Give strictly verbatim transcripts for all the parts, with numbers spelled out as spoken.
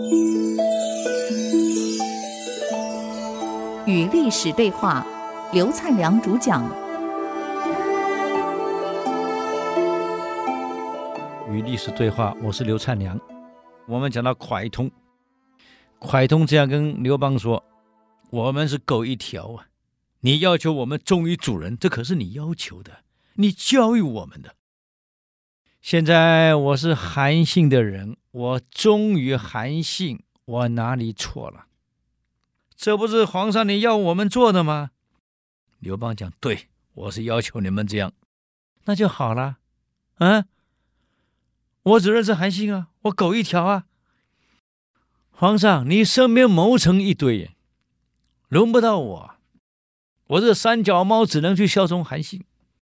与历史对话，刘灿良主讲。 与历史对话，我是刘灿良。我们讲到蒯通，蒯通这样跟刘邦说：我们是狗一条啊，你要求我们忠于主人，这可是你要求的，你教育我们的。现在我是韩信的人，我忠于韩信，我哪里错了？这不是皇上你要我们做的吗？刘邦讲：对，我是要求你们这样，那就好了。啊，我只认识韩信啊，我狗一条啊。皇上，你身边谋臣一堆，轮不到我，我这三脚猫只能去效忠韩信。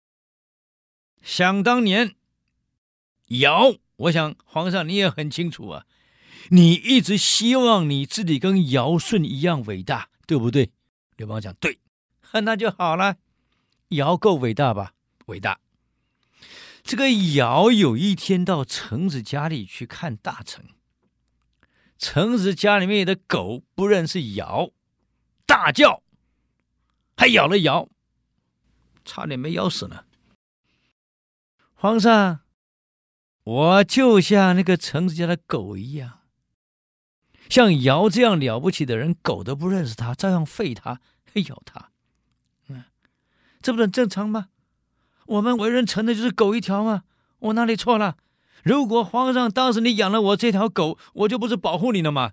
想当年尧，我想皇上你也很清楚啊，你一直希望你自己跟尧舜一样伟大，对不对？刘邦讲：对，那就好了。尧够伟大吧？伟大。这个尧有一天到臣子家里去看大臣，臣子家里面的狗不认识尧，大叫，还咬了尧，差点没咬死呢。皇上，我就像那个臣子家的狗一样，像尧这样了不起的人，狗都不认识他，照样吠他，咬他，嗯，这不是很正常吗？我们为人臣的就是狗一条吗？我哪里错了？如果皇上当时你养了我这条狗，我就不是保护你了吗？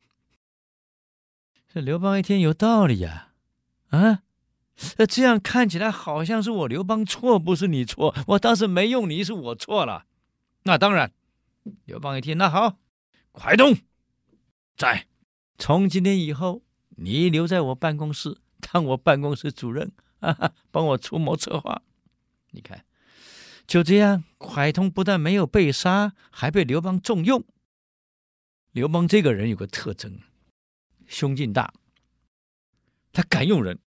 这刘邦一听有道理呀、啊，啊，这样看起来好像是我刘邦错，不是你错，我当时没用你，是我错了。那当然，刘邦一听，那好，蒯通在，从今天以后，你留在我办公室，当我办公室主任，哈哈，帮我出谋策划。你看，就这样，蒯通不但没有被杀，还被刘邦重用。刘邦这个人有个特征，胸襟大，他敢用人。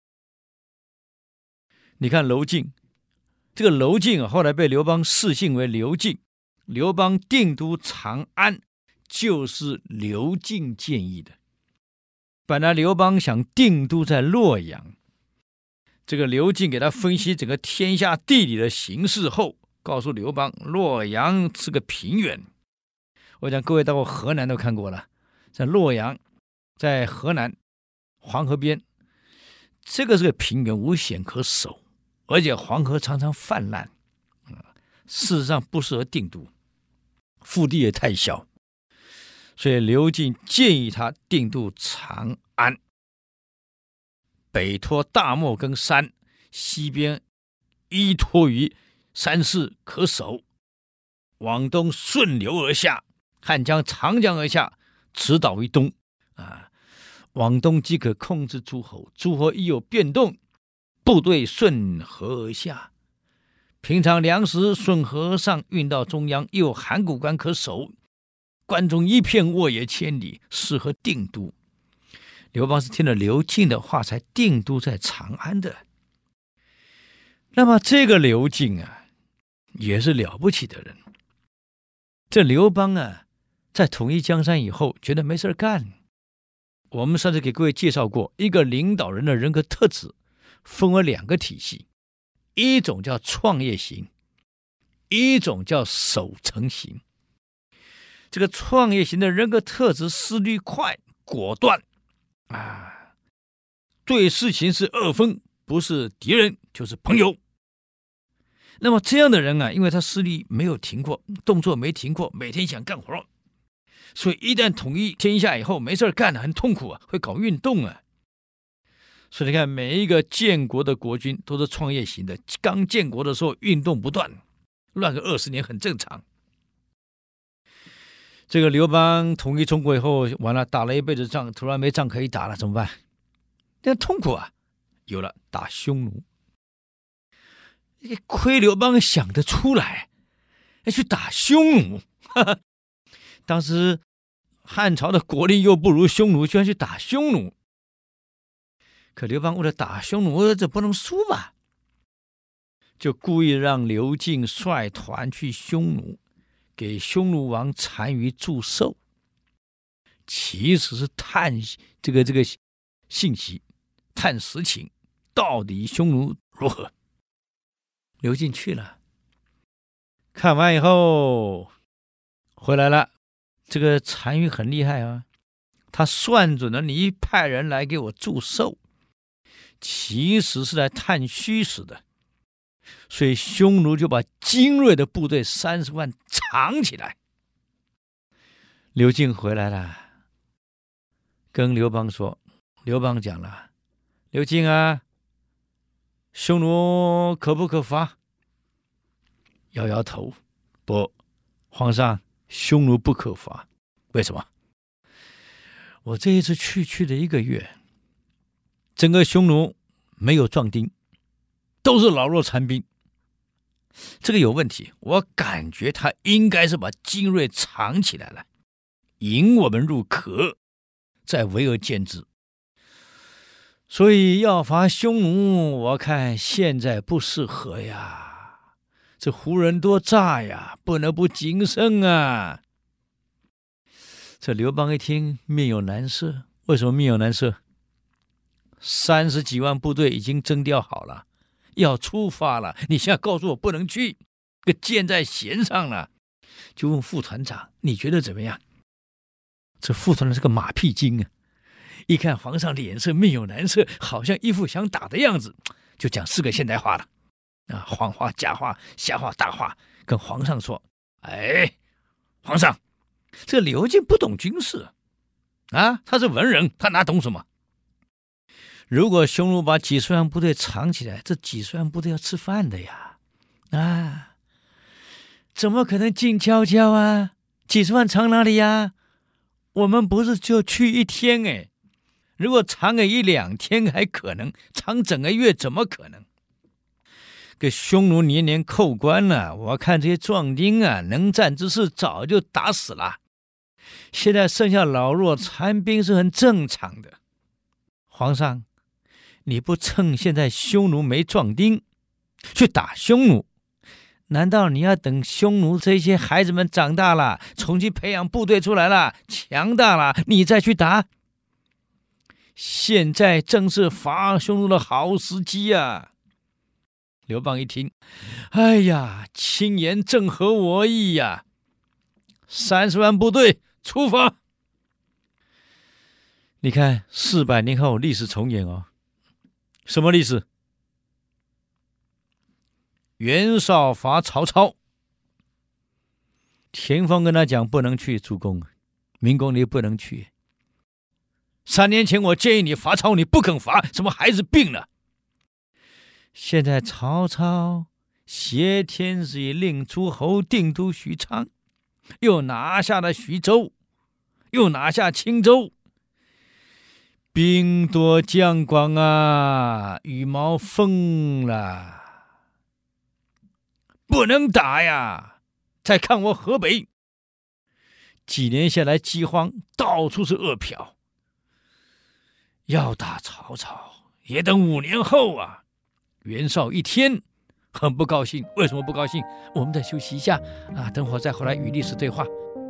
你看娄敬，这个娄敬、啊、后来被刘邦谥姓为刘敬，刘邦定都长安就是刘敬建议的。本来刘邦想定都在洛阳，这个刘敬给他分析整个天下地理的形势后，告诉刘邦洛阳是个平原。我讲各位到过河南都看过了，在洛阳，在河南黄河边，这个是个平原，无险可守，而且黄河常常泛滥，事实上不适合定都，腹地也太小，所以刘敬建议他定都长安，北托大漠跟山，西边依托于山势可守，往东顺流而下，汉江长江而下，直导于东啊，往东即可控制诸侯，诸侯一有变动，部队顺河而下，平常粮食顺河上运到中央，又有函谷关可守，关中一片沃野千里，适合定都。刘邦是听了刘敬的话才定都在长安的。那么这个刘敬啊，也是了不起的人。这刘邦啊，在统一江山以后，觉得没事干。我们上次给各位介绍过，一个领导人的人格特质分为两个体系，一种叫创业型，一种叫守成型。这个创业型的人格特质思虑快、果断啊，对事情是二分，不是敌人就是朋友。那么这样的人啊，因为他思虑没有停过，动作没停过，每天想干活，所以一旦统一天下以后没事干很痛苦啊，会搞运动啊。所以你看每一个建国的国君都是创业型的，刚建国的时候运动不断，乱个二十年很正常。这个刘邦统一中国以后，完了打了一辈子仗，突然没仗可以打了，怎么办？那痛苦啊！有了，打匈奴。亏刘邦想得出来，要去打匈奴。哈哈，当时汉朝的国力又不如匈奴，居然去打匈奴。可刘邦为了打匈奴，这不能输吧？就故意让刘敬率团去匈奴，给匈奴王单于祝寿。 其实是探这个这个信息，探实情，到底匈奴如何？刘进去了，看完以后回来了。这个单于很厉害啊，他算准了你派人来给我祝寿，其实是来探虚实的，所以匈奴就把精锐的部队三十万藏起来。刘进回来了，跟刘邦说，刘邦讲了，刘进啊，匈奴可不可伐？摇摇头，不，皇上，匈奴不可伐。为什么？我这一次去去了一个月，整个匈奴没有壮丁，都是老弱残兵，这个有问题。我感觉他应该是把精锐藏起来了，引我们入壳，再围而歼之。所以要伐匈奴，我看现在不适合呀。这胡人多诈呀，不能不谨慎啊。这刘邦一听，面有难色。为什么面有难色？三十几万部队已经征调好了，要出发了，你现在告诉我不能去，个箭在弦上了。就问副团长，你觉得怎么样？这副团长是个马屁精啊，一看皇上脸色面有难色，好像一副想打的样子，就讲四个现代话了啊，谎话、假话、瞎话、大话，跟皇上说：“哎，皇上，这刘进不懂军事啊，他是文人，他哪懂什么？如果匈奴把几十万部队藏起来，这几十万部队要吃饭的呀，啊，怎么可能静悄悄啊？几十万藏哪里呀？我们不是就去一天哎，如果藏个一两天还可能，藏整个月怎么可能？”给匈奴年年扣关了，我看这些壮丁啊，能战之士早就打死了，现在剩下老弱残兵是很正常的。皇上，你不趁现在匈奴没壮丁去打匈奴，难道你要等匈奴这些孩子们长大了，重新培养部队出来了，强大了，你再去打？现在正是伐匈奴的好时机啊！刘邦一听，哎呀，卿言正合我意呀！三十万部队出发。你看，四百年后历史重演哦。什么历史？袁绍伐曹操，田丰跟他讲不能去，主公，明公你不能去。三年前我建议你伐曹，你不肯伐，什么孩子病了？现在曹操挟天子以令诸侯定都许昌，又拿下了徐州，又拿下青州，兵多将广啊，羽毛疯了，不能打呀！再看我河北，几年下来饥荒，到处是饿殍，要打曹操也等五年后啊！袁绍一天很不高兴，为什么不高兴？我们再休息一下啊，等会儿再回来与历史对话。